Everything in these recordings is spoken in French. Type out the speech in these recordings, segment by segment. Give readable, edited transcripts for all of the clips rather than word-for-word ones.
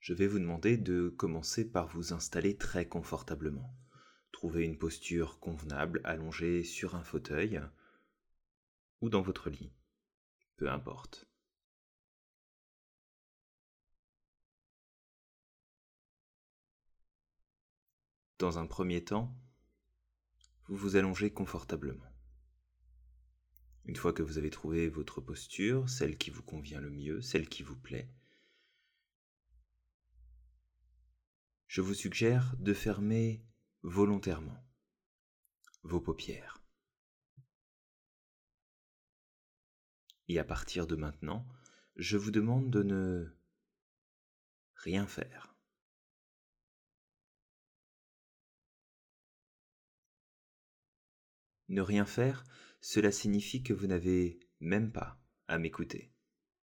Je vais vous demander de commencer par vous installer très confortablement. Trouvez une posture convenable, allongée sur un fauteuil ou dans votre lit, peu importe. Dans un premier temps, vous vous allongez confortablement. Une fois que vous avez trouvé votre posture, celle qui vous convient le mieux, celle qui vous plaît, je vous suggère de fermer volontairement vos paupières. Et à partir de maintenant, je vous demande de ne rien faire. Ne rien faire, cela signifie que vous n'avez même pas à m'écouter.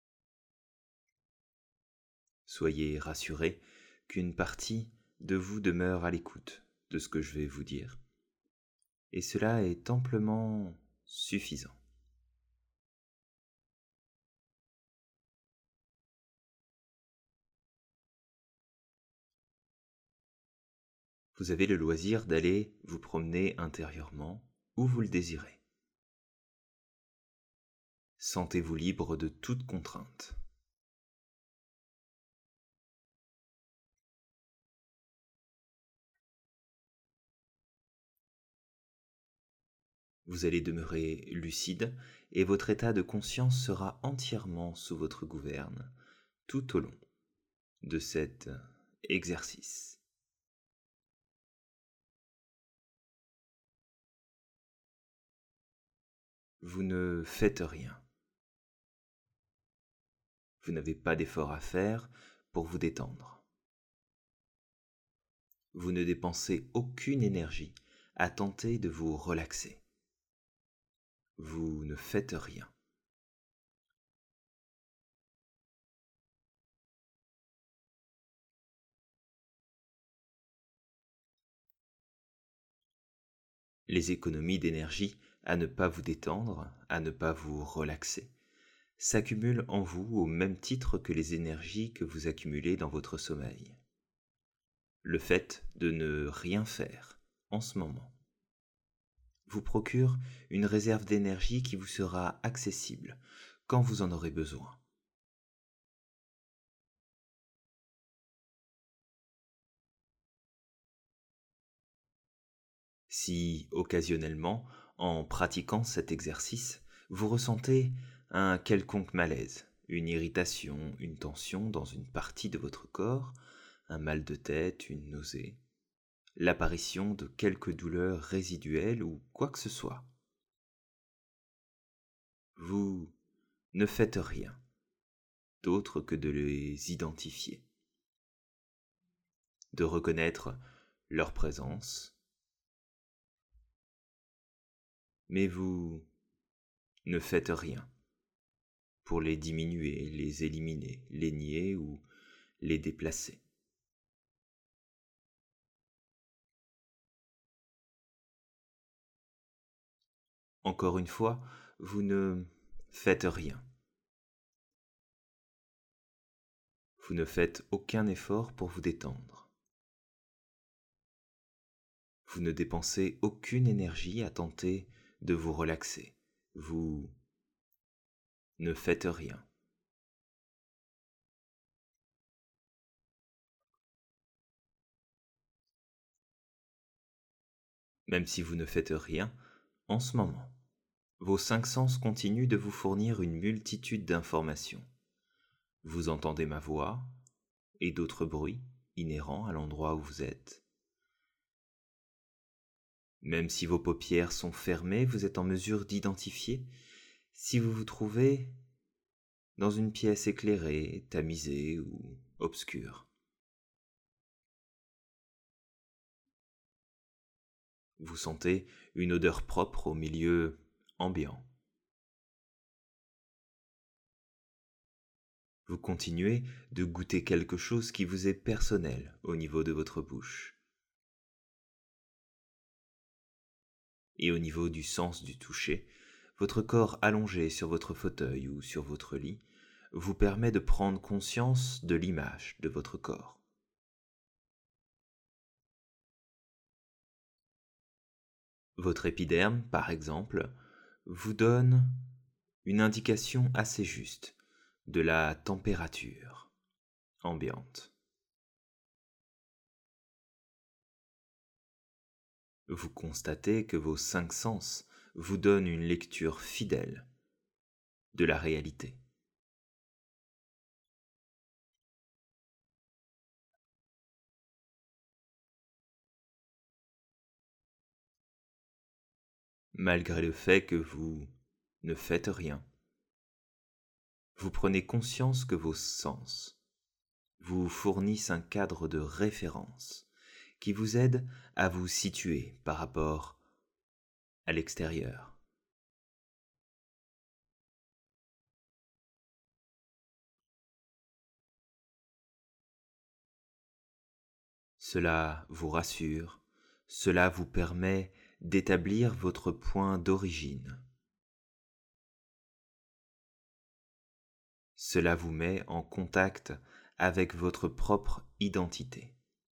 Soyez rassurés qu'une partie de vous demeure à l'écoute de ce que je vais vous dire, et cela est amplement suffisant. Vous avez le loisir d'aller vous promener intérieurement où vous le désirez. Sentez-vous libre de toute contrainte. Vous allez demeurer lucide et votre état de conscience sera entièrement sous votre gouverne tout au long de cet exercice. Vous ne faites rien. Vous n'avez pas d'effort à faire pour vous détendre. Vous ne dépensez aucune énergie à tenter de vous relaxer. Vous ne faites rien. Les économies d'énergie à ne pas vous détendre, à ne pas vous relaxer, s'accumulent en vous au même titre que les énergies que vous accumulez dans votre sommeil. Le fait de ne rien faire en ce moment vous procure une réserve d'énergie qui vous sera accessible quand vous en aurez besoin. Si, occasionnellement, en pratiquant cet exercice, vous ressentez un quelconque malaise, une irritation, une tension dans une partie de votre corps, un mal de tête, une nausée, l'apparition de quelques douleurs résiduelles ou quoi que ce soit, vous ne faites rien d'autre que de les identifier, de reconnaître leur présence, mais vous ne faites rien pour les diminuer, les éliminer, les nier ou les déplacer. Encore une fois, vous ne faites rien. Vous ne faites aucun effort pour vous détendre. Vous ne dépensez aucune énergie à tenter de vous relaxer. Vous ne faites rien. Même si vous ne faites rien, en ce moment, vos cinq sens continuent de vous fournir une multitude d'informations. Vous entendez ma voix et d'autres bruits inhérents à l'endroit où vous êtes. Même si vos paupières sont fermées, vous êtes en mesure d'identifier si vous vous trouvez dans une pièce éclairée, tamisée ou obscure. Vous sentez une odeur propre au milieu ambiant. Vous continuez de goûter quelque chose qui vous est personnel au niveau de votre bouche. Et au niveau du sens du toucher, votre corps allongé sur votre fauteuil ou sur votre lit vous permet de prendre conscience de l'image de votre corps. Votre épiderme, par exemple, vous donne une indication assez juste de la température ambiante. Vous constatez que vos 5 sens vous donnent une lecture fidèle de la réalité. Malgré le fait que vous ne faites rien, vous prenez conscience que vos sens vous fournissent un cadre de référence qui vous aide à vous situer par rapport à l'extérieur. Cela vous rassure, cela vous permet d'établir votre point d'origine. Cela vous met en contact avec votre propre identité.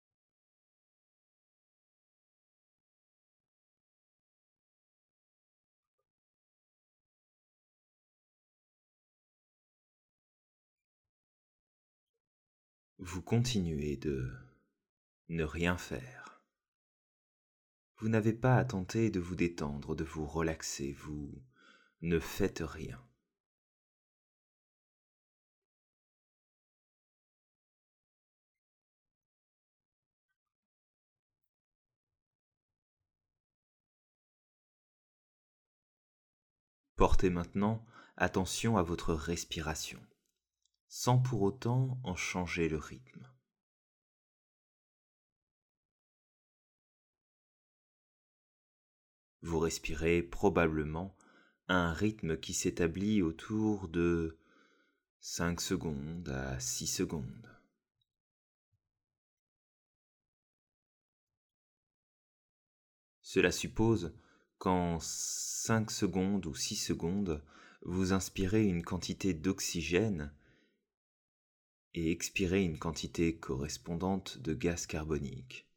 Vous continuez de ne rien faire. Vous n'avez pas à tenter de vous détendre, de vous relaxer, vous ne faites rien. Portez maintenant attention à votre respiration, sans pour autant en changer le rythme. Vous respirez probablement à un rythme qui s'établit autour de 5 secondes à 6 secondes. Cela suppose qu'en 5 secondes ou 6 secondes, vous inspirez une quantité d'oxygène et expirez une quantité correspondante de gaz carbonique,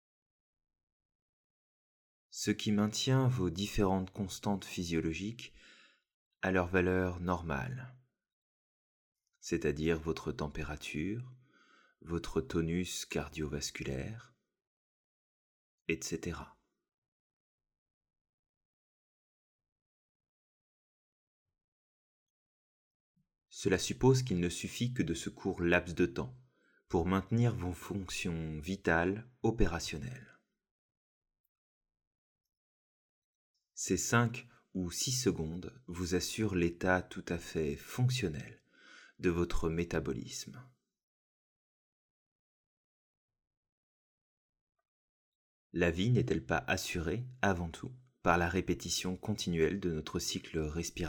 ce qui maintient vos différentes constantes physiologiques à leur valeur normale, c'est-à-dire votre température, votre tonus cardiovasculaire, etc. Cela suppose qu'il ne suffit que de ce court laps de temps pour maintenir vos fonctions vitales opérationnelles. Ces 5 ou 6 secondes vous assurent l'état tout à fait fonctionnel de votre métabolisme. La vie n'est-elle pas assurée, avant tout, par la répétition continuelle de notre cycle respiratoire ?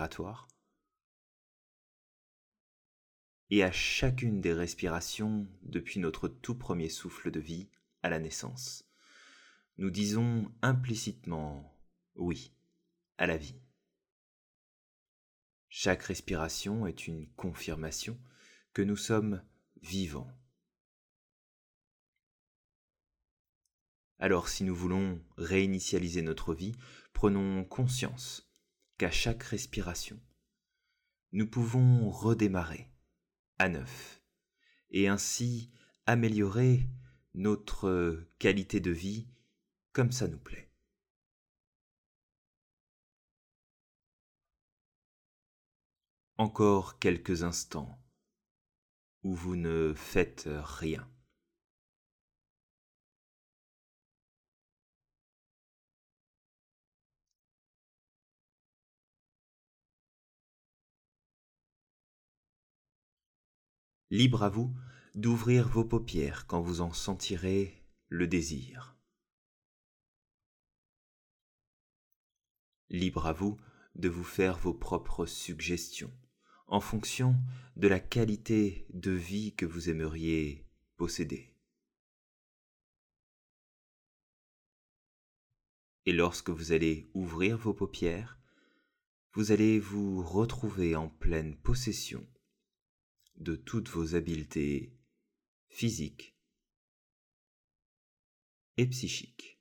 Et à chacune des respirations depuis notre tout premier souffle de vie à la naissance, nous disons implicitement oui à la vie. Chaque respiration est une confirmation que nous sommes vivants. Alors si nous voulons réinitialiser notre vie, prenons conscience qu'à chaque respiration, nous pouvons redémarrer à neuf et ainsi améliorer notre qualité de vie comme ça nous plaît. Encore quelques instants où vous ne faites rien. Libre à vous d'ouvrir vos paupières quand vous en sentirez le désir. Libre à vous de vous faire vos propres suggestions en fonction de la qualité de vie que vous aimeriez posséder. Et lorsque vous allez ouvrir vos paupières, vous allez vous retrouver en pleine possession de toutes vos habiletés physiques et psychiques.